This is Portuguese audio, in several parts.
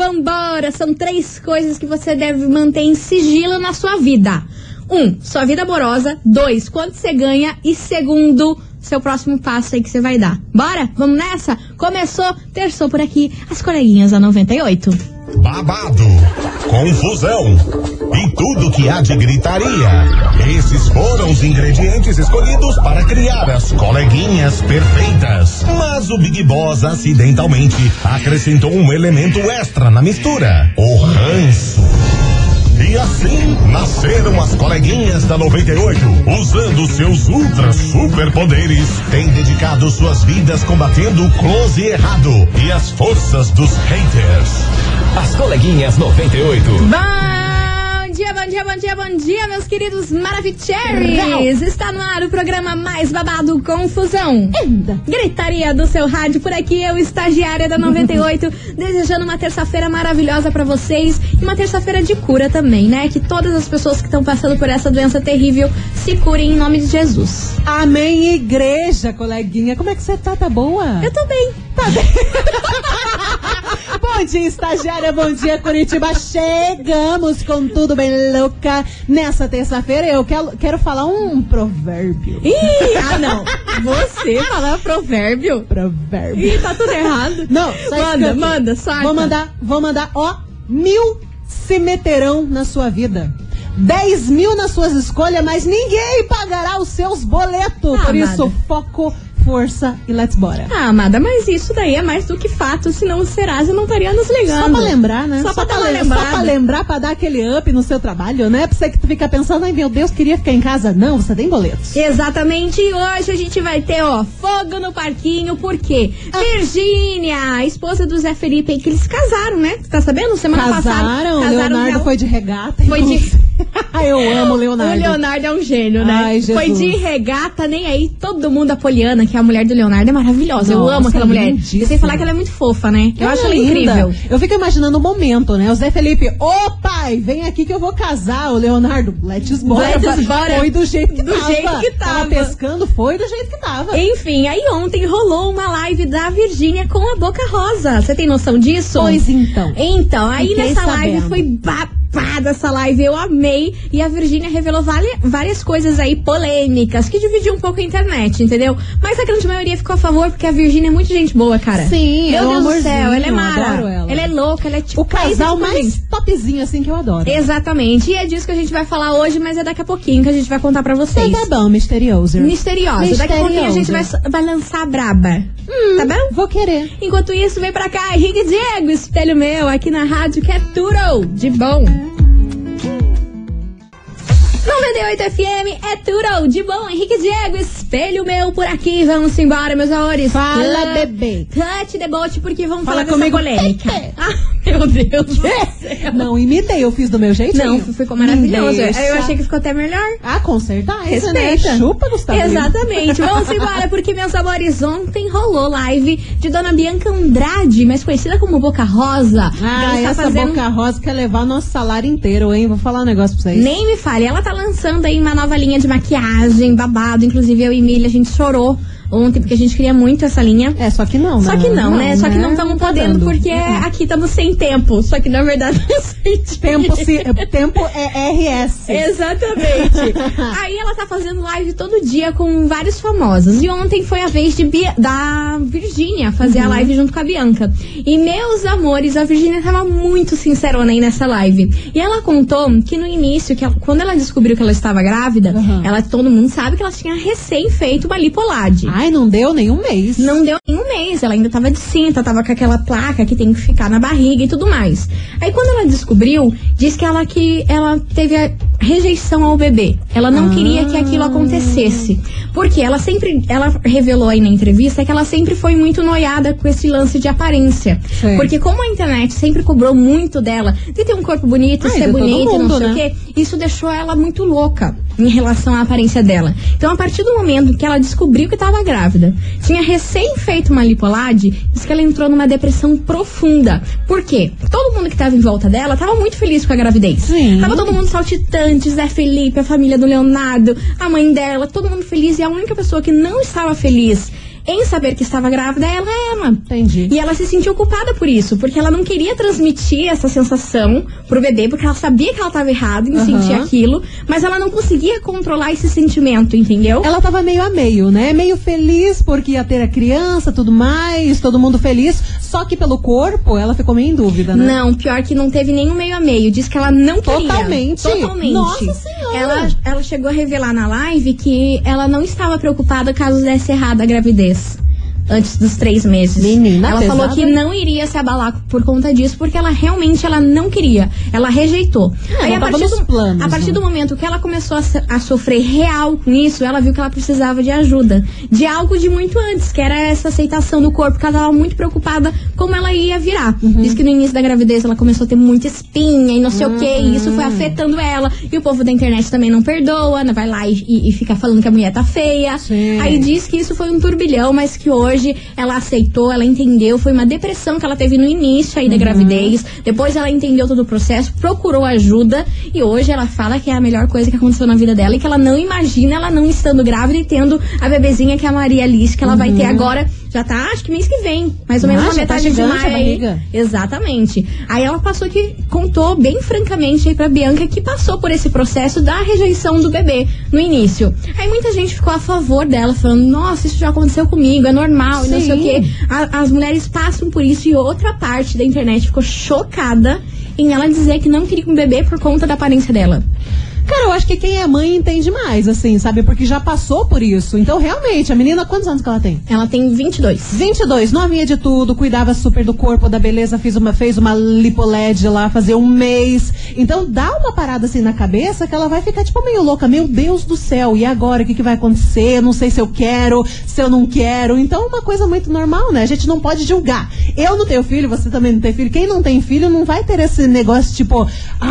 Vambora! São 3 coisas que você deve manter em sigilo na sua vida. 1, sua vida amorosa. 2, quanto você ganha. E segundo, seu próximo passo aí que você vai dar. Bora? Vamos nessa? Começou, terçou por aqui, as coleguinhas da 98. Babado, confusão e tudo que há de gritaria. Esses foram os ingredientes escolhidos para criar as coleguinhas perfeitas. Mas o Big Boss acidentalmente acrescentou um elemento extra na mistura: o ranço. E assim nasceram as coleguinhas da 98, usando seus ultra superpoderes, têm dedicado suas vidas combatendo o close e errado e as forças dos haters. As coleguinhas 98. Bom dia, meus queridos Maravicheries! Está no ar o programa mais babado, Confusão. Gritaria do seu rádio, por aqui eu, estagiária da 98, desejando uma terça-feira maravilhosa pra vocês e uma terça-feira de cura também, né? Que todas as pessoas que estão passando por essa doença terrível se curem em nome de Jesus. Amém, igreja, coleguinha. Como é que você tá? Tá boa? Eu tô bem. Tá bem. Bom dia, estagiária, bom dia, Curitiba. Chegamos com tudo bem louca. Nessa terça-feira eu quero falar um provérbio. Ih, não. Você falar provérbio? Provérbio. Ih, tá tudo errado. Não, manda, saca. Vou mandar, 1000 se meterão na sua vida. 10.000 nas suas escolhas, mas ninguém pagará os seus boletos. Por isso, foco, força e let's bora. Amada, mas isso daí é mais do que fato, senão o Serasa não estaria nos ligando. Só pra lembrar, né? Só pra lembrar, pra dar aquele up no seu trabalho, né? Pra você que tu fica pensando, ai meu Deus, queria ficar em casa. Não, você tem boletos. Exatamente, e hoje a gente vai ter, fogo no parquinho, por quê? Virgínia, a esposa do Zé Felipe, que eles casaram, né? Você tá sabendo? Semana passada. Casaram, Leonardo foi de regata. Foi de... Eu amo o Leonardo. O Leonardo é um gênio, né? Ai, Jesus. Foi de regata, nem aí. Todo mundo, a Poliana, que é a mulher do Leonardo, é maravilhosa. Eu amo aquela mulher. E sem falar que ela é muito fofa, né? Eu acho ela incrível. Eu fico imaginando o momento, né? O Zé Felipe, pai, vem aqui que eu vou casar. O Leonardo, let's bora. Foi do jeito que tava. Tava pescando, foi do jeito que tava. Enfim, aí ontem rolou uma live da Virgínia com a Boca Rosa. Você tem noção disso? Pois então. Então, aí nessa live foi babada essa live, eu amei. E a Virgínia revelou várias coisas aí polêmicas, que dividiu um pouco a internet, entendeu? Mas a grande maioria ficou a favor, porque a Virgínia é muito gente boa, cara. Sim, meu Deus do céu, ela é mara. Ela é louca, ela é tipo o casal mais topzinho, assim, que eu adoro. Exatamente, e é disso que a gente vai falar hoje, mas é daqui a pouquinho que a gente vai contar pra vocês. Então tá bom, misteriosa. Daqui a pouquinho a gente vai lançar a braba. Tá bom? Vou querer. Enquanto isso, vem pra cá, Henrique Diego, espelho meu, aqui na rádio, que é tudo de bom. 98 FM é tudo de bom. Henrique Diego, espelho meu por aqui. Vamos embora, meus amores. Fala, bebê. Cut the boat, porque vamos falar comigo, dessa polêmica. Meu Deus do céu. Não imitei, eu fiz do meu jeito. Não, ficou maravilhoso. Eu achei que ficou até melhor. Com certeza. Respeita. Né? Chupa, Gustavo. Exatamente. Vamos embora, porque, meus amores, ontem rolou live de Dona Bianca Andrade, mais conhecida como Boca Rosa. Essa Boca Rosa quer levar o nosso salário inteiro, hein? Vou falar um negócio pra vocês. Nem me fale. Ela tá lançando aí uma nova linha de maquiagem, babado. Inclusive, eu e Emília, a gente chorou ontem, porque a gente queria muito essa linha. Só que não, né? Só que não, né? Só que não estamos podendo, porque aqui estamos sem tempo. Só que, na verdade, tempo é RS. Exatamente. Aí ela tá fazendo live todo dia com vários famosos. E ontem foi a vez da Virgínia fazer a live junto com a Bianca. E, meus amores, a Virgínia tava muito sincerona aí nessa live. E ela contou que no início, quando ela descobriu que ela estava grávida, todo mundo sabe que ela tinha recém feito uma lipolade. Ai, não deu nenhum mês. Não deu nenhum mês. Ela ainda tava de cinta, tava com aquela placa que tem que ficar na barriga e tudo mais. Aí quando ela descobriu, diz que ela teve a rejeição ao bebê. Ela não queria que aquilo acontecesse. Porque ela revelou aí na entrevista que ela sempre foi muito noiada com esse lance de aparência. Sim. Porque como a internet sempre cobrou muito dela de ter um corpo bonito, ser bonita, não sei o quê, isso deixou ela muito louca em relação à aparência dela. Então, a partir do momento que ela descobriu que estava grávida, tinha recém feito uma lipolade, diz que ela entrou numa depressão profunda. Por quê? Todo mundo que estava em volta dela estava muito feliz com a gravidez. Sim. Tava todo mundo saltitante, Zé Felipe, a família do Leonardo, a mãe dela, todo mundo feliz, e a única pessoa que não estava feliz em saber que estava grávida, ela era. Entendi. E ela se sentiu culpada por isso, porque ela não queria transmitir essa sensação pro bebê, porque ela sabia que ela estava errada em sentir aquilo, mas ela não conseguia controlar esse sentimento, entendeu? Ela tava meio a meio, né? Meio feliz porque ia ter a criança, tudo mais, todo mundo feliz, só que pelo corpo ela ficou meio em dúvida, né? Não, pior que não teve nenhum meio a meio, diz que ela não queria. Totalmente. Nossa Senhora! Ela chegou a revelar na live que ela não estava preocupada caso desse errado a gravidez. Antes dos 3 meses. Menina, ela pesada. falou que não iria se abalar por conta disso, porque ela realmente não queria. Ela rejeitou. Aí, a partir do momento que ela começou a sofrer real com isso, ela viu que ela precisava de ajuda. De algo de muito antes, que era essa aceitação do corpo, porque ela estava muito preocupada como ela ia virar. Diz que no início da gravidez ela começou a ter muita espinha e não sei o que, e isso foi afetando ela. E o povo da internet também não perdoa, vai lá e fica falando que a mulher tá feia. Sim. Aí diz que isso foi um turbilhão, mas que hoje ela aceitou, ela entendeu, foi uma depressão que ela teve no início aí da gravidez, depois ela entendeu todo o processo, procurou ajuda e hoje ela fala que é a melhor coisa que aconteceu na vida dela e que ela não imagina ela não estando grávida e tendo a bebezinha que é a Maria Alice, que ela vai ter agora, já tá, acho que mês que vem, mais ou menos na metade de maio. Exatamente. Aí ela contou bem francamente aí pra Bianca que passou por esse processo da rejeição do bebê no início. Aí muita gente ficou a favor dela, falando, nossa, isso já aconteceu comigo, é normal. E não sei o que. As mulheres passam por isso e outra parte da internet ficou chocada em ela dizer que não queria um bebê por conta da aparência dela. Cara, eu acho que quem é mãe entende mais, assim, sabe? Porque já passou por isso. Então, realmente, a menina, quantos anos que ela tem? Ela tem 22. 22, novinha de tudo, cuidava super do corpo, da beleza, fez uma lipoled lá, fazer um mês. Então, dá uma parada assim na cabeça que ela vai ficar, tipo, meio louca. Meu Deus do céu, e agora? O que vai acontecer? Não sei se eu quero, se eu não quero. Então, uma coisa muito normal, né? A gente não pode julgar. Eu não tenho filho, você também não tem filho. Quem não tem filho não vai ter esse negócio, tipo,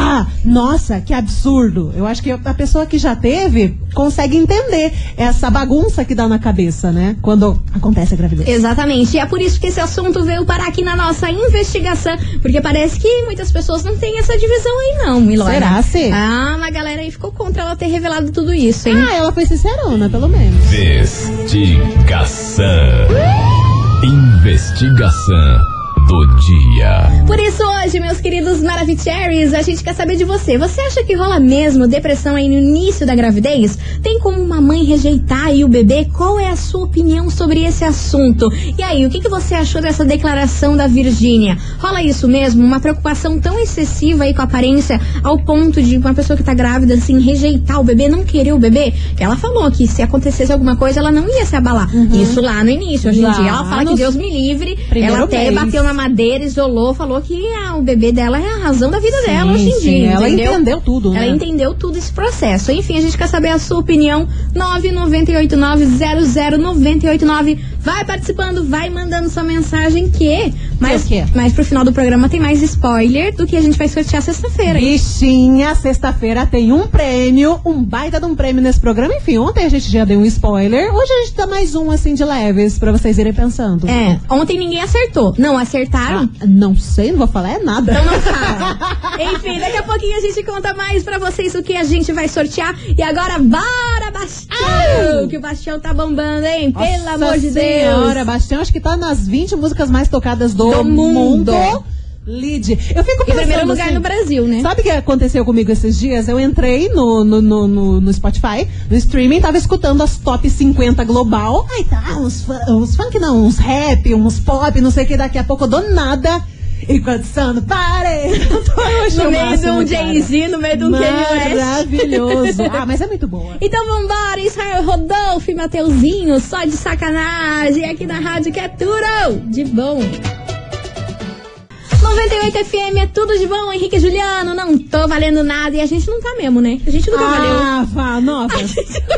nossa, que absurdo. Eu acho que a pessoa que já teve consegue entender essa bagunça que dá na cabeça, né? Quando acontece a gravidez. Exatamente. E é por isso que esse assunto veio parar aqui na nossa investigação. Porque parece que muitas pessoas não têm essa divisão aí, não, Milona. Será, sim? Uma galera aí ficou contra ela ter revelado tudo isso, hein? Ela foi sincerona, pelo menos. Investigação. Investigação do dia. Por isso hoje, meus queridos Maravicheries, a gente quer saber de você. Você acha que rola mesmo depressão aí no início da gravidez? Tem como uma mãe rejeitar aí o bebê? Qual é a sua opinião sobre esse assunto? E aí, o que você achou dessa declaração da Virgínia? Rola isso mesmo? Uma preocupação tão excessiva aí com a aparência ao ponto de uma pessoa que tá grávida, assim, rejeitar o bebê, não querer o bebê? Que ela falou que se acontecesse alguma coisa, ela não ia se abalar. Isso lá no início. Hoje em dia, ela fala que Deus me livre. Ela até bateu na madeira, isolou, falou que o bebê dela é a razão da vida dela hoje em dia. Ela entendeu tudo, né? Ela entendeu tudo esse processo. Enfim, a gente quer saber a sua opinião. 998900989. Vai participando, vai mandando sua mensagem mas pro final do programa tem mais spoiler do que a gente vai sortear sexta-feira. Bichinha, sexta-feira tem um prêmio, um baita de um prêmio nesse programa. Enfim, ontem a gente já deu um spoiler. Hoje a gente dá mais um, assim, de leves, pra vocês irem pensando. Ontem ninguém acertou. Não, acertaram? Não sei, não vou falar nada. Então não fala. Enfim, daqui a pouquinho a gente conta mais pra vocês o que a gente vai sortear. E agora, bora, Bastião! Que o Bastião tá bombando, hein? Pelo amor de Deus. Senhora, Bastião, acho que tá nas 20 músicas mais tocadas do mundo. Lead. Eu fico pensando, em primeiro lugar assim, no Brasil, né? Sabe o que aconteceu comigo esses dias? Eu entrei no Spotify, no streaming, tava escutando as top 50 global. Aí tá, uns funk não, uns rap, uns pop, não sei o que, daqui a pouco eu dou nada. E começando, pare! No meio de um Jay-Z, no meio de um Kanye West. Maravilhoso. Mas é muito boa. Então vambora, Israel Rodolfo e Mateuzinho, só de sacanagem, aqui na rádio que é tudo de bom. 98 FM é tudo de bom, Henrique e Juliano, não tô valendo nada. E a gente não tá mesmo, né? A gente nunca valeu. Novas.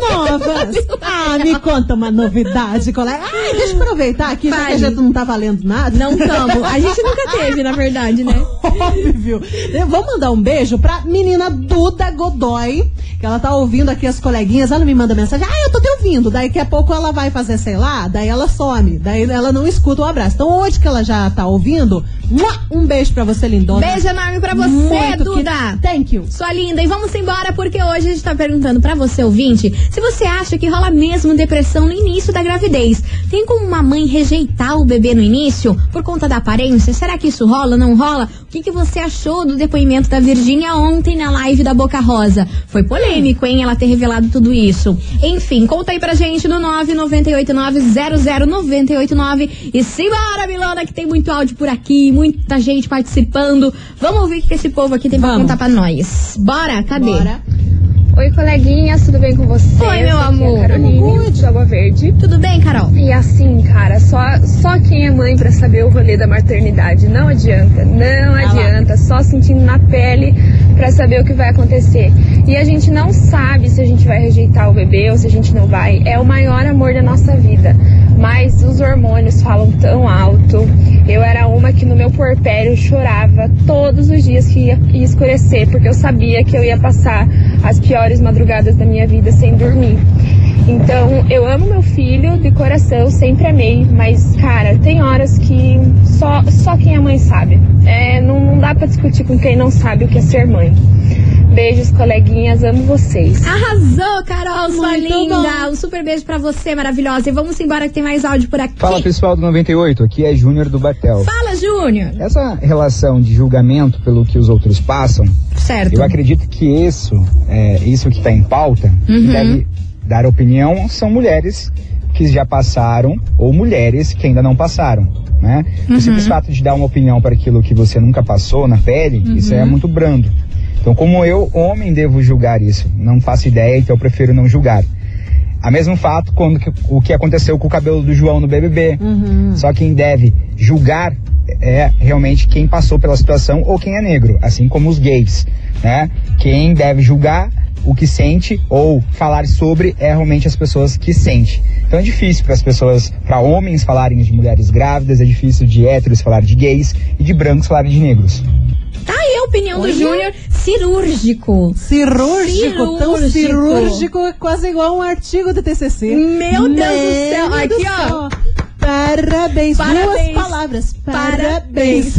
Me conta uma novidade, colega. Deixa eu aproveitar aqui, já que a gente não tá valendo nada. Não tamo. A gente nunca teve, na verdade, né? Óbvio. Eu vou mandar um beijo pra menina Duda Godoy, que ela tá ouvindo aqui as coleguinhas. Ela me manda mensagem, eu tô te ouvindo. Daqui a pouco ela vai fazer, sei lá, daí ela some. Daí ela não escuta o abraço. Então hoje que ela já tá ouvindo, Um beijo pra você, lindona. Beijo enorme pra você, Muito Duda. Thank you. Sua linda. E vamos embora, porque hoje a gente tá perguntando pra você, ouvinte, se você acha que rola mesmo depressão no início da gravidez. Tem como uma mãe rejeitar o bebê no início por conta da aparência? Será que isso rola, não rola? O que você achou do depoimento da Virgínia ontem na live da Boca Rosa? Foi polêmico, hein, ela ter revelado tudo isso. Enfim, conta aí pra gente no 998900989. E simbora, Milona, que tem muito áudio por aqui, muita gente participando. Vamos ouvir o que esse povo aqui tem pra contar pra nós. Bora, cadê? Bora. Oi, coleguinhas, tudo bem com vocês? Oi, meu amor. Aqui é a Caroline, de Água Verde. Tudo bem, Carol? E assim, cara, só quem é mãe pra saber o rolê da maternidade. Não adianta, só sentindo na pele pra saber o que vai acontecer. E a gente não sabe se a gente vai rejeitar o bebê ou se a gente não vai. É o maior amor da nossa vida. Mas os hormônios falam tão alto. Eu era uma que no meu puerpério chorava todos os dias que ia escurecer, porque eu sabia que eu ia passar as piores madrugadas da minha vida sem dormir. Então, eu amo meu filho de coração, sempre amei, mas, cara, tem horas que só quem é mãe sabe. Não dá pra discutir com quem não sabe o que é ser mãe. Beijos, coleguinhas, amo vocês. Arrasou, Carol, sua Muito linda. bom. Um super beijo pra você, maravilhosa. E vamos embora que tem mais áudio por aqui. Fala, pessoal do 98, aqui é Júnior do Batel. Fala, Júnior. Essa relação de julgamento pelo que os outros passam, Certo. eu acredito que isso que está em pauta, que deve dar opinião, são mulheres que já passaram ou mulheres que ainda não passaram, né? O simples fato de dar uma opinião para aquilo que você nunca passou na pele, isso é muito brando. Então, como eu, homem, devo julgar isso? Não faço ideia, então eu prefiro não julgar. A mesmo fato quando o que aconteceu com o cabelo do João no BBB. Só quem deve julgar é realmente quem passou pela situação ou quem é negro, assim como os gays, né? Quem deve julgar o que sente ou falar sobre é realmente as pessoas que sentem. Então é difícil para homens falarem de mulheres grávidas, é difícil de héteros falar de gays e de brancos falarem de negros. Tá aí a opinião do Júnior, cirúrgico. Cirúrgico, tão cirúrgico, quase igual um artigo de TCC. Meu Deus do céu. Aqui, ó. Parabéns. Parabéns. Duas palavras. Parabéns.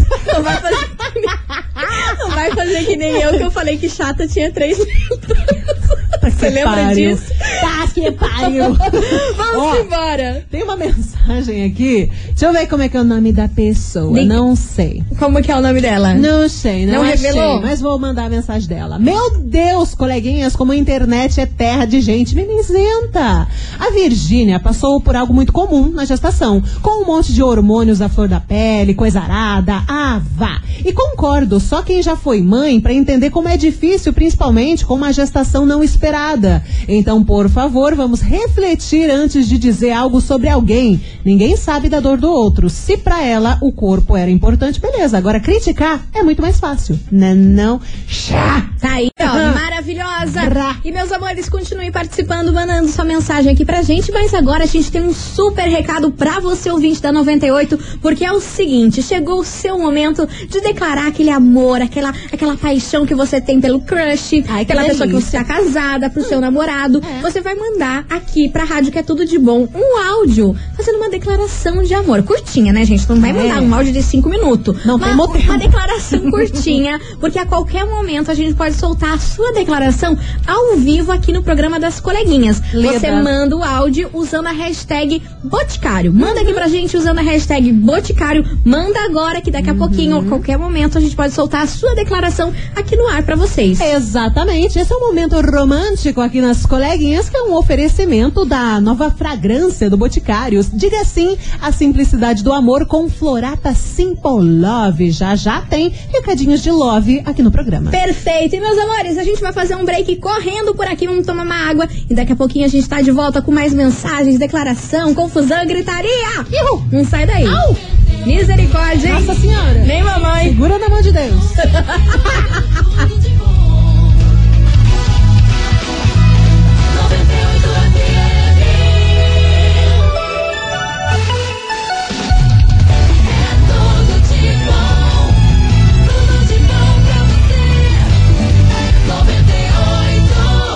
Não vai fazer que nem eu, que eu falei que chata tinha 3 letras. Você lembra disso? Tá que pariu. Vamos embora. Tem uma mensagem aqui. Deixa eu ver como é que é o nome da pessoa. Não sei. Como que é o nome dela? Não sei, não achei, revelou? mas vou mandar a mensagem dela. Meu Deus, coleguinhas, como a internet é terra de gente mimizenta. A Virgínia passou por algo muito comum na gestação, com um monte de hormônios à flor da pele, coisa arada, vá. E concordo, só quem já foi mãe pra entender como é difícil, principalmente com uma gestação não esperada. Então, por favor, vamos refletir antes de dizer algo sobre alguém. Ninguém sabe da dor do outro. Se pra ela o corpo era importante, beleza. Agora, criticar é muito mais fácil. Não. Chá! Tá aí, ó, maravilhosa. E meus amores, continue participando, mandando sua mensagem aqui pra gente. Mas agora a gente tem um super recado pra você, ouvinte da 98, porque é o seguinte, chegou o seu momento de declarar aquele amor, aquela paixão que você tem pelo crush, aquela pessoa que você é casada, pro seu namorado. Você vai mandar aqui pra rádio que é tudo de bom um áudio fazendo uma declaração de amor. Curtinha, né, gente? Não vai mandar um áudio de 5 minutos. Não tem motivo. Uma declaração curtinha, porque a qualquer momento a gente pode soltar a sua declaração ao vivo aqui no programa das coleguinhas. Leda. Você manda o áudio usando a hashtag Boticário. Manda aqui pra gente usando a hashtag Boticário. Manda agora que daqui a pouquinho, a qualquer momento, a gente pode soltar a sua declaração aqui no ar pra vocês. Exatamente, esse é um momento romântico aqui nas coleguinhas, que é um oferecimento da nova fragrância do Boticário. Diga sim à simplicidade do amor com Florata Simple Love. Já tem recadinhos de love aqui no programa. Perfeito, e meus amores, a gente vai fazer um break correndo por aqui, vamos tomar uma água e daqui a pouquinho a gente tá de volta com mais mensagens, declaração, confusão, gritaria. Não sai daí. Au! Misericórdia, hein? Nossa Senhora. Nem mamãe. Segura na mão de Deus.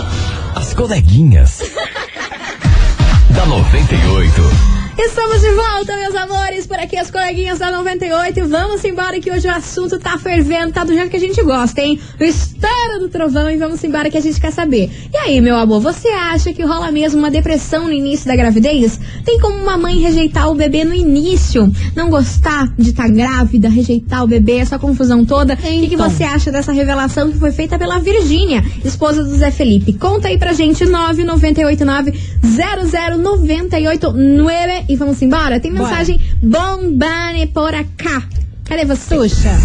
Coleguinhas da 98. Estamos de volta volta, meus amores, por aqui as coleguinhas da 98 e vamos embora que hoje o assunto tá fervendo, tá do jeito que a gente gosta, hein? O estouro do trovão e vamos embora que a gente quer saber. E aí, meu amor, você acha que rola mesmo uma depressão no início da gravidez? Tem como uma mãe rejeitar o bebê no início? Não gostar de estar grávida, rejeitar o bebê, essa confusão toda? O que você acha dessa revelação que foi feita pela Virgínia, esposa do Zé Felipe? Conta aí pra gente, 998900989 e vamos embora? Tem mensagem bombane por acá. Cadê você?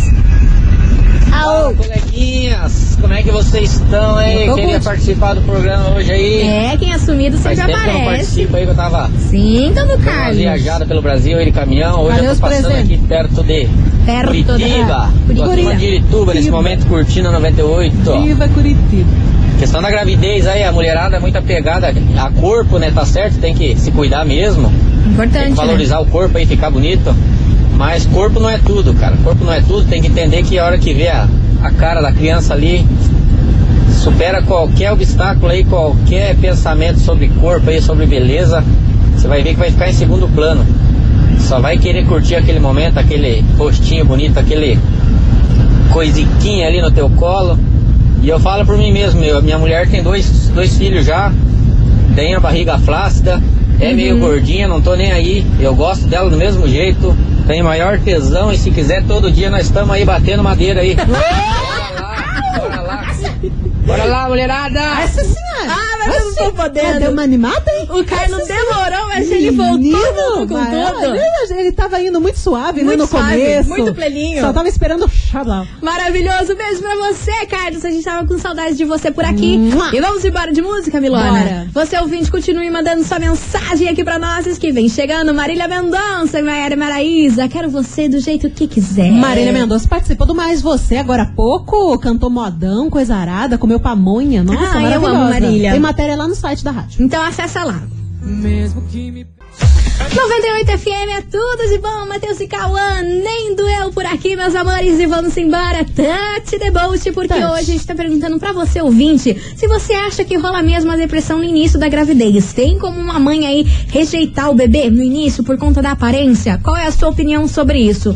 Alô, coleguinhas, como é que vocês estão aí? Queria participar do programa hoje aí. Quem assumido sempre aparece. Que eu não participo aí que eu tava. Sim, então do Carlos. Viajada pelo Brasil, ele caminhão. Hoje eu tô passando aqui perto de Curitiba. Tô aqui de Irituba nesse momento, curtindo a 98. Viva Curitiba. Questão da gravidez aí, a mulherada é muito apegada a corpo, né? Tá certo, tem que se cuidar mesmo. Importante, tem que valorizar o corpo aí, ficar bonito. Mas corpo não é tudo, cara. Corpo não é tudo, tem que entender que a hora que vê a cara da criança ali, supera qualquer obstáculo aí, qualquer pensamento sobre corpo aí, sobre beleza, você vai ver que vai ficar em segundo plano. Só vai querer curtir aquele momento, aquele rostinho bonito, aquele coisiquinha ali no teu colo. E eu falo por mim mesmo, minha mulher tem dois filhos já, tem a barriga flácida, é meio gordinha, não tô nem aí, eu gosto dela do mesmo jeito, tenho maior tesão e se quiser todo dia nós estamos aí batendo madeira aí. Bora lá, mulherada! Essa senhora! Mas eu não tô podendo. Deu uma animada, hein? O Carlos demorou, mas ele voltou com tudo. Ele tava indo muito suave, muito no suave, começo. Muito pleninho. Só tava esperando o xablau. Maravilhoso, beijo pra você, Carlos. A gente tava com saudade de você por aqui. E vamos embora de música, Milona? Bora. Você ouvinte, continue mandando sua mensagem aqui pra nós, que vem chegando. Marília Mendonça e Maiara Maraíza. Quero você do jeito que quiser. Marília Mendonça participou do Mais Você agora há pouco. Cantou modão, coisa arada, comeu pamonha. Nossa, maravilhosa. Eu amo Marília. Tem matéria lá no site da rádio. Então acessa lá. Mesmo que me... 98 FM é tudo de bom, Matheus e Cauã, nem doeu por aqui, meus amores, e vamos embora, Tati Debolt, porque hoje a gente tá perguntando pra você, ouvinte, se você acha que rola mesmo a depressão no início da gravidez. Tem como uma mãe aí rejeitar o bebê no início por conta da aparência? Qual é a sua opinião sobre isso?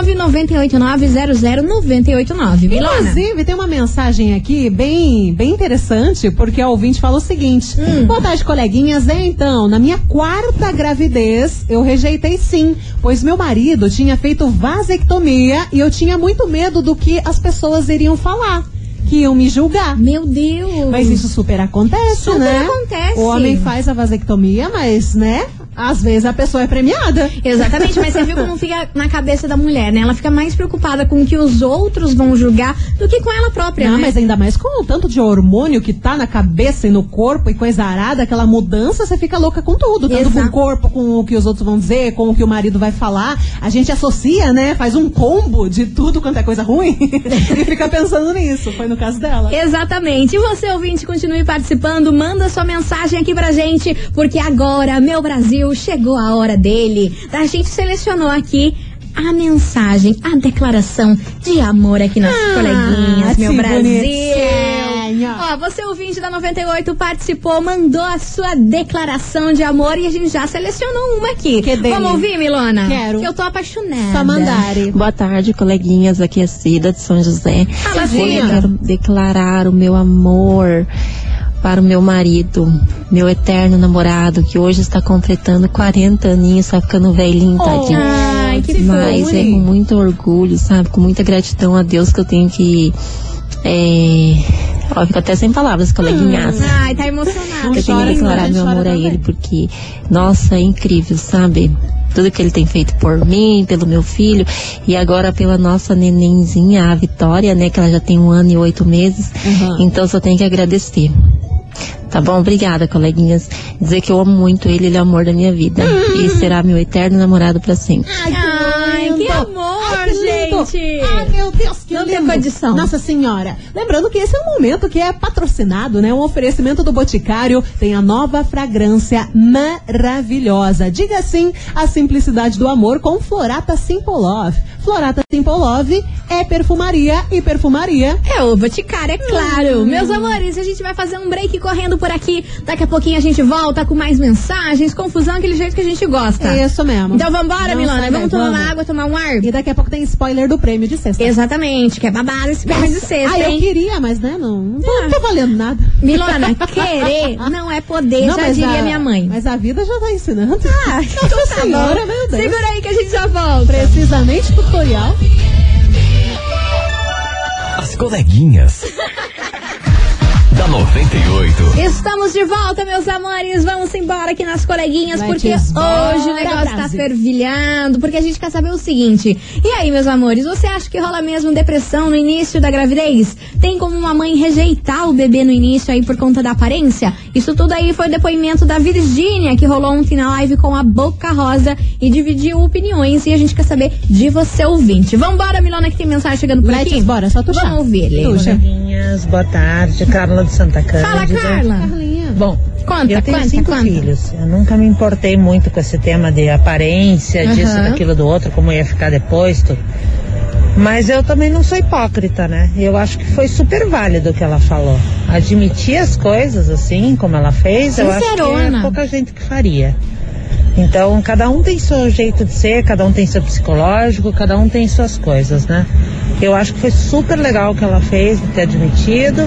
998900989. Inclusive, tem uma mensagem aqui bem interessante, porque a ouvinte falou o seguinte: boa tarde, coleguinhas. Então, na minha quarta gravidez, eu rejeitei sim, pois meu marido tinha feito vasectomia e eu tinha muito medo do que as pessoas iriam falar, que iam me julgar. Meu Deus! Mas isso super acontece, né? Super acontece. O homem faz a vasectomia, mas, né? Às vezes a pessoa é premiada. Exatamente, mas você viu como fica na cabeça da mulher, né? Ela fica mais preocupada com o que os outros vão julgar do que com ela própria, Não, né? Mas ainda mais com o tanto de hormônio que tá na cabeça e no corpo e coisa arada, aquela mudança, você fica louca com tudo. Tanto com o corpo, com o que os outros vão dizer, com o que o marido vai falar. A gente associa, né? Faz um combo de tudo quanto é coisa ruim e fica pensando nisso. Foi no caso dela. Exatamente. E você, ouvinte, continue participando. Manda sua mensagem aqui pra gente, porque agora, meu Brasil, chegou a hora dele. A gente selecionou aqui a mensagem, a declaração de amor aqui nas coleguinhas, meu Brasil. Bonitinho. Ó, você ouvinte da 98 participou, mandou a sua declaração de amor e a gente já selecionou uma aqui. Vamos ouvir, Milona? Quero. Que eu tô apaixonada. Só mandare. Boa tarde, coleguinhas. Aqui é Cida de São José. Fala, Hoje eu Cida. quero declarar o meu amor para o meu marido, meu eterno namorado, que hoje está completando 40 aninhos, tá ficando velhinho, tadinho. Ai, que Mas fofo. é com muito orgulho, sabe? Com muita gratidão a Deus que eu tenho que... Ó, fico até sem palavras, coleguinhas. Ai, tá emocionada. Eu tenho que declarar meu amor a ele, porque, nossa, é incrível, sabe? Tudo que ele tem feito por mim, pelo meu filho, e agora pela nossa nenenzinha, a Vitória, né? Que ela já tem 1 ano e 8 meses. Então só tenho que agradecer. Tá bom? Obrigada, coleguinhas. Dizer que eu amo muito ele, ele é o amor da minha vida. E será meu eterno namorado pra sempre. Ai, que amor, gente. Ai, meu Deus, que não tem condição. Nossa senhora. Lembrando que esse é um momento que é patrocinado, né? Um oferecimento do Boticário. Tem a nova fragrância maravilhosa. Diga sim à simplicidade do amor com Florata Simple Love. Florata Simple Love é perfumaria e perfumaria é o Boticário, é claro. Meus amores, a gente vai fazer um break correndo por aqui. Daqui a pouquinho a gente volta com mais mensagens, confusão, aquele jeito que a gente gosta. É isso mesmo. Então vambora, Milona. Vamos tomar uma água, tomar um ar. E daqui a pouco tem spoiler do prêmio de sexta. Exatamente, que é babado esse prêmio de sexta, hein? Eu queria, mas né, não tô valendo nada. Milona, querer não é poder, não, já diria minha mãe. Mas a vida já tá ensinando. Então tá senhora, meu Deus. Segura aí que a gente já volta. Precisamente tutorial. As coleguinhas da 98. Estamos de volta, meus amores. Vamos embora aqui nas coleguinhas, porque hoje o negócio tá fervilhando. Porque a gente quer saber o seguinte. E aí, meus amores, você acha que rola mesmo depressão no início da gravidez? Tem como uma mãe rejeitar o bebê no início aí por conta da aparência? Isso tudo aí foi o depoimento da Virgínia, que rolou ontem na live com a Boca Rosa e dividiu opiniões. E a gente quer saber de você, ouvinte. Vambora, Milona, que tem mensagem chegando por aqui. Bora, só tuxar. Vamos ouvir, Lê. Coleguinhas, boa tarde. Carla de Santa Cândida. Fala, Carla. Carlinha. Bom, eu tenho 5 conta. filhos. Eu nunca me importei muito com esse tema de aparência, disso, daquilo, do outro, como ia ficar depois, tudo. Mas eu também não sou hipócrita, né? Eu acho que foi super válido o que ela falou. Admitir as coisas assim, como ela fez, eu acho que é pouca gente que faria. Então, cada um tem seu jeito de ser, cada um tem seu psicológico, cada um tem suas coisas, né? Eu acho que foi super legal o que ela fez, de ter admitido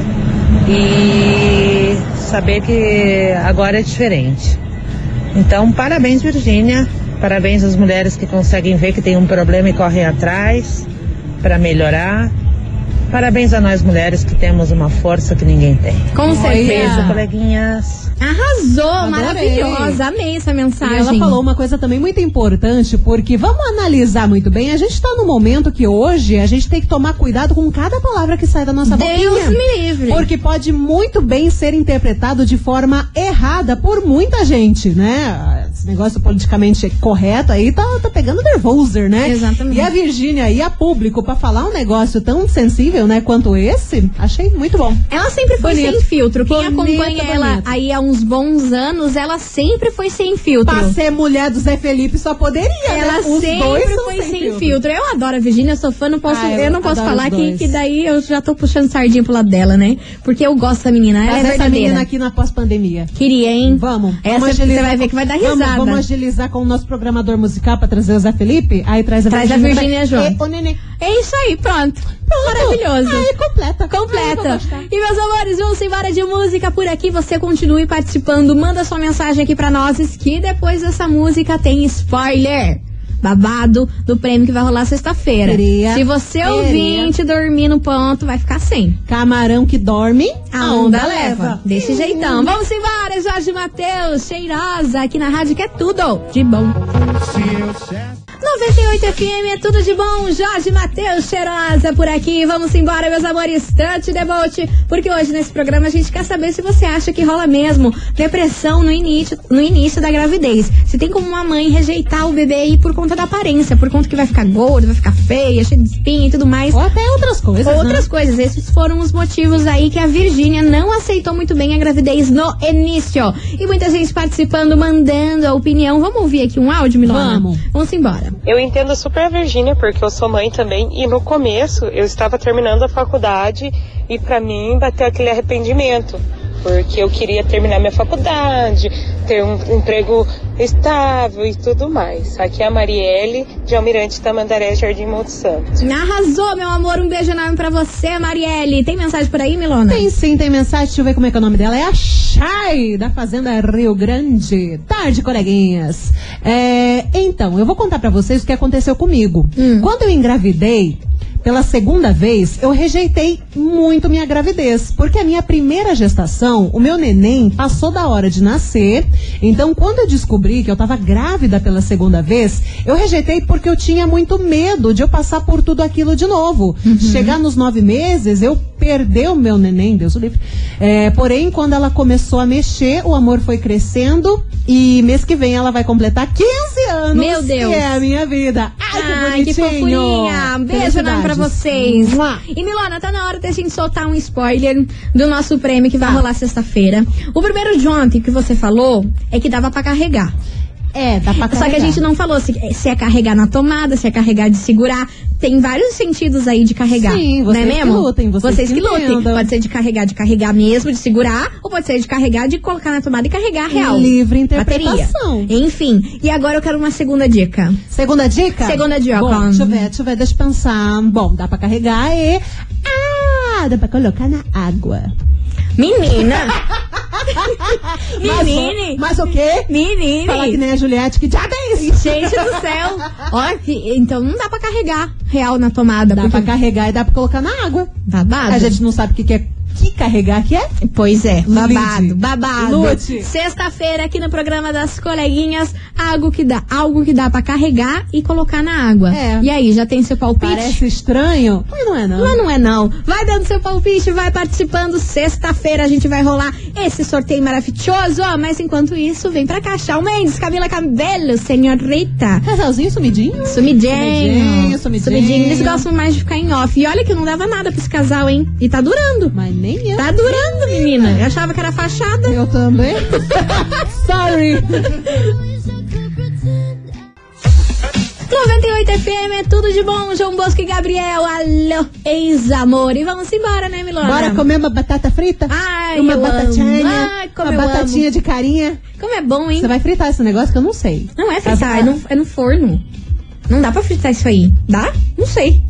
e saber que agora é diferente. Então, parabéns, Virgínia. Parabéns às mulheres que conseguem ver que tem um problema e correm atrás para melhorar. Parabéns a nós mulheres que temos uma força que ninguém tem. Com certeza, coleguinhas. Arrasou, Adorei. maravilhosa, amei essa mensagem. E ela falou uma coisa também muito importante, porque vamos analisar muito bem, a gente tá num momento que hoje a gente tem que tomar cuidado com cada palavra que sai da nossa boquinha. Deus me livre. Porque pode muito bem ser interpretado de forma errada por muita gente, né? Esse negócio politicamente correto aí tá pegando nervoser, né? Exatamente. E a Virgínia aí a público pra falar um negócio tão sensível, né, quanto esse, achei muito bom. Ela sempre foi Bonito. sem filtro. Quem acompanha ela bonito. aí há uns bons anos, ela sempre foi sem filtro. Pra ser mulher do Zé Felipe só poderia, ela né? Os dois sempre são foi sem filtro. Eu adoro a Virgínia, sou fã, não posso, eu não posso adoro falar os dois. que daí eu já tô puxando sardinha pro lado dela, né? Porque eu gosto da menina, ela Mas é essa verdadeira. menina aqui na pós-pandemia. Queria, hein? Vamos. Essa você vai ver que vai dar risada. Vamos agilizar com o nosso programador musical pra trazer o Zé Felipe. Aí traz a Virgínia João. O neném. É isso aí, pronto. Maravilhoso. Aí completa. Completa. E meus amores, vamos embora de música por aqui. Você continue participando. Manda sua mensagem aqui pra nós, que depois dessa música tem spoiler. Babado do prêmio que vai rolar sexta-feira. Se você ouvinte dormir no ponto, vai ficar sem. Camarão que dorme, a onda leva. Desse jeitão. Vamos embora, Jorge Mateus, cheirosa, aqui na rádio, que é tudo de bom. 98 FM é tudo de bom. Jorge Mateus, cheirosa por aqui. Vamos embora, meus amores. Touch the boat. Porque hoje nesse programa a gente quer saber se você acha que rola mesmo depressão no início da gravidez. Se tem como uma mãe rejeitar o bebê aí por conta da aparência, por conta que vai ficar gordo, vai ficar feia, cheio de espinha e tudo mais. Ou até outras coisas. Outras coisas. Esses foram os motivos aí que a Virgínia não aceitou muito bem a gravidez no início. E muita gente participando, mandando a opinião. Vamos ouvir aqui um áudio, Milona? Vamos embora. Eu entendo super a Virgínia, porque eu sou mãe também, e no começo eu estava terminando a faculdade e pra mim bateu aquele arrependimento, porque eu queria terminar minha faculdade, ter um emprego estável e tudo mais. Aqui é a Marielle, de Almirante Tamandaré, Jardim Monte Santo. Arrasou, meu amor, um beijo enorme pra você, Marielle. Tem mensagem por aí, Milona? Tem sim, tem mensagem, deixa eu ver como é que é o nome dela. É a Chay, da Fazenda Rio Grande. Tarde, coleguinhas. Então, eu vou contar pra vocês o que aconteceu comigo. Quando eu engravidei, pela segunda vez, eu rejeitei muito minha gravidez, porque a minha primeira gestação, o meu neném passou da hora de nascer. Então, quando eu descobri que eu estava grávida pela segunda vez, eu rejeitei porque eu tinha muito medo de eu passar por tudo aquilo de novo. Chegar nos 9 meses, eu perder o meu neném, Deus o livre. Porém, quando ela começou a mexer, o amor foi crescendo e mês que vem ela vai completar 15 anos. Meu Deus. Que é a minha vida. Ai, que fofurinha. Beijo enorme pra vocês. E Milona, tá na hora da gente soltar um spoiler do nosso prêmio que vai rolar sexta-feira. O primeiro de ontem que você falou é que dava pra carregar. Dá pra carregar. Só que a gente não falou se é carregar na tomada, se é carregar de segurar. Tem vários sentidos aí de carregar. Sim, vocês não é mesmo? Que lutem, vocês que lutem. Pode ser de carregar mesmo, de segurar, ou pode ser de carregar, de colocar na tomada e carregar real. Livre interpretação. Bateria. Enfim, e agora eu quero uma segunda dica. Segunda dica? Segunda dica. Bom, deixa eu ver, deixa eu pensar. Bom, dá pra carregar e... dá pra colocar na água. Menina! Menine! Mas o quê? Menine! Falar que nem a Juliette, que diabo é isso? Gente do céu! Olha, então não dá pra carregar real na tomada. Dá pra carregar e dá pra colocar na água. Babado. A gente não sabe o que é. Que carregar que é? Pois é, babado, Lide. babado. Lute. Sexta-feira aqui no programa das coleguinhas, algo que dá pra carregar e colocar na água. E aí, já tem seu palpite? Parece estranho, mas não é não. Mas não é não. Vai dando seu palpite, vai participando. Sexta-feira a gente vai rolar esse sorteio maravilhoso, mas enquanto isso, vem pra cá, Shawn Mendes, Camila Cabello, senhorita. Casalzinho sumidinho? Sumidinho. Eles gostam mais de ficar em off. E olha que não dava nada pra esse casal, hein? E tá durando. Mas nem eu. Tá durando, menina. Eu achava que era fachada. Eu também. Sorry. 98 FM é tudo de bom. João Bosco e Gabriel. Alô, ex-amor. E vamos embora, né, Milona? Bora comer uma batata frita? Ai, uma batatinha. Uma batatinha de carinha. Como é bom, hein? Você vai fritar esse negócio que eu não sei. Não é fritar, é no forno. Não dá pra fritar isso aí. Dá? Não sei.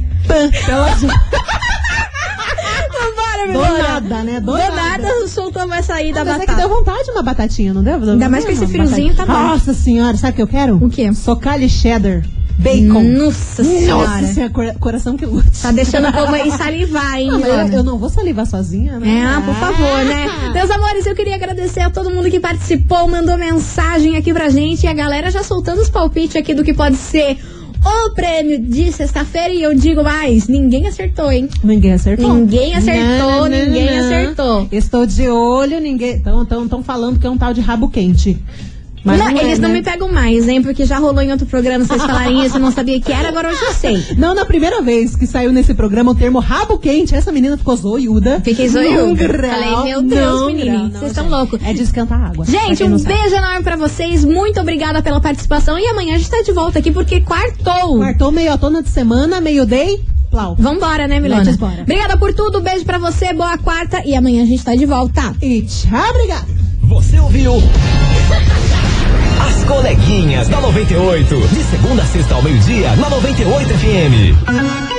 Do nada, né? Do nada soltou vai sair da batata. É que deu vontade de uma batatinha, não deu? Ainda mais com esse friozinho, tá bom. Nossa senhora, sabe o que eu quero? O quê? Socalho cheddar. Bacon. Nossa senhora. Nossa senhora, coração que lute. Tá deixando o povo aí salivar, hein? Eu não vou salivar sozinha, né? Por favor, né? Meus amores, eu queria agradecer a todo mundo que participou, mandou mensagem aqui pra gente. E a galera já soltando os palpites aqui do que pode ser o prêmio de sexta-feira. E eu digo mais, ninguém acertou, hein? Ninguém acertou. Ninguém acertou. Estou de olho, ninguém... Estão falando que é um tal de rabo quente. Mas não, eles não me pegam mais, hein? Porque já rolou em outro programa, vocês falarem isso, eu não sabia que era, agora eu já sei. Não, na primeira vez que saiu nesse programa o termo rabo quente, essa menina ficou zoiuda. Fiquei zoiuda. Falei, meu Deus, menina, vocês estão loucos. É de esquentar água. Gente, um beijo enorme pra vocês, muito obrigada pela participação e amanhã a gente tá de volta aqui porque quartou. Quartou, meiotona de semana, meio-day. Plau. Vambora, né, Milona? Obrigada por tudo, beijo pra você, boa quarta e amanhã a gente tá de volta. E tchau, obrigada. Você ouviu As Coleguinhas da 98, de segunda a sexta ao meio-dia, na 98 FM.